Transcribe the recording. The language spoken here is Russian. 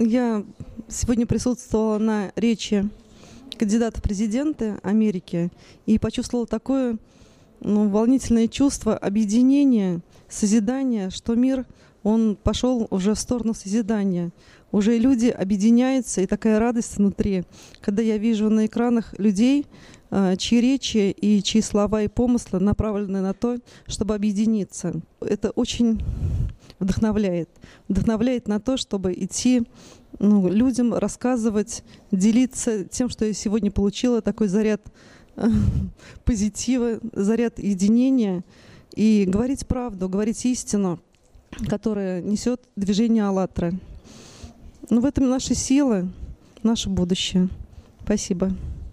Я сегодня присутствовала на речи кандидата в президенты Америки и почувствовала такое волнительное чувство объединения, созидания, что мир, он пошел уже в сторону созидания. Уже люди объединяются, и такая радость внутри, когда я вижу на экранах людей, чьи речи и чьи слова и помыслы направлены на то, чтобы объединиться. Это очень вдохновляет. Вдохновляет на то, чтобы идти людям, рассказывать, делиться тем, что я сегодня получила, такой заряд позитива, заряд единения, и говорить правду, говорить истину, которая несет движение «АЛЛАТРА». В этом наша сила, наше будущее. Спасибо.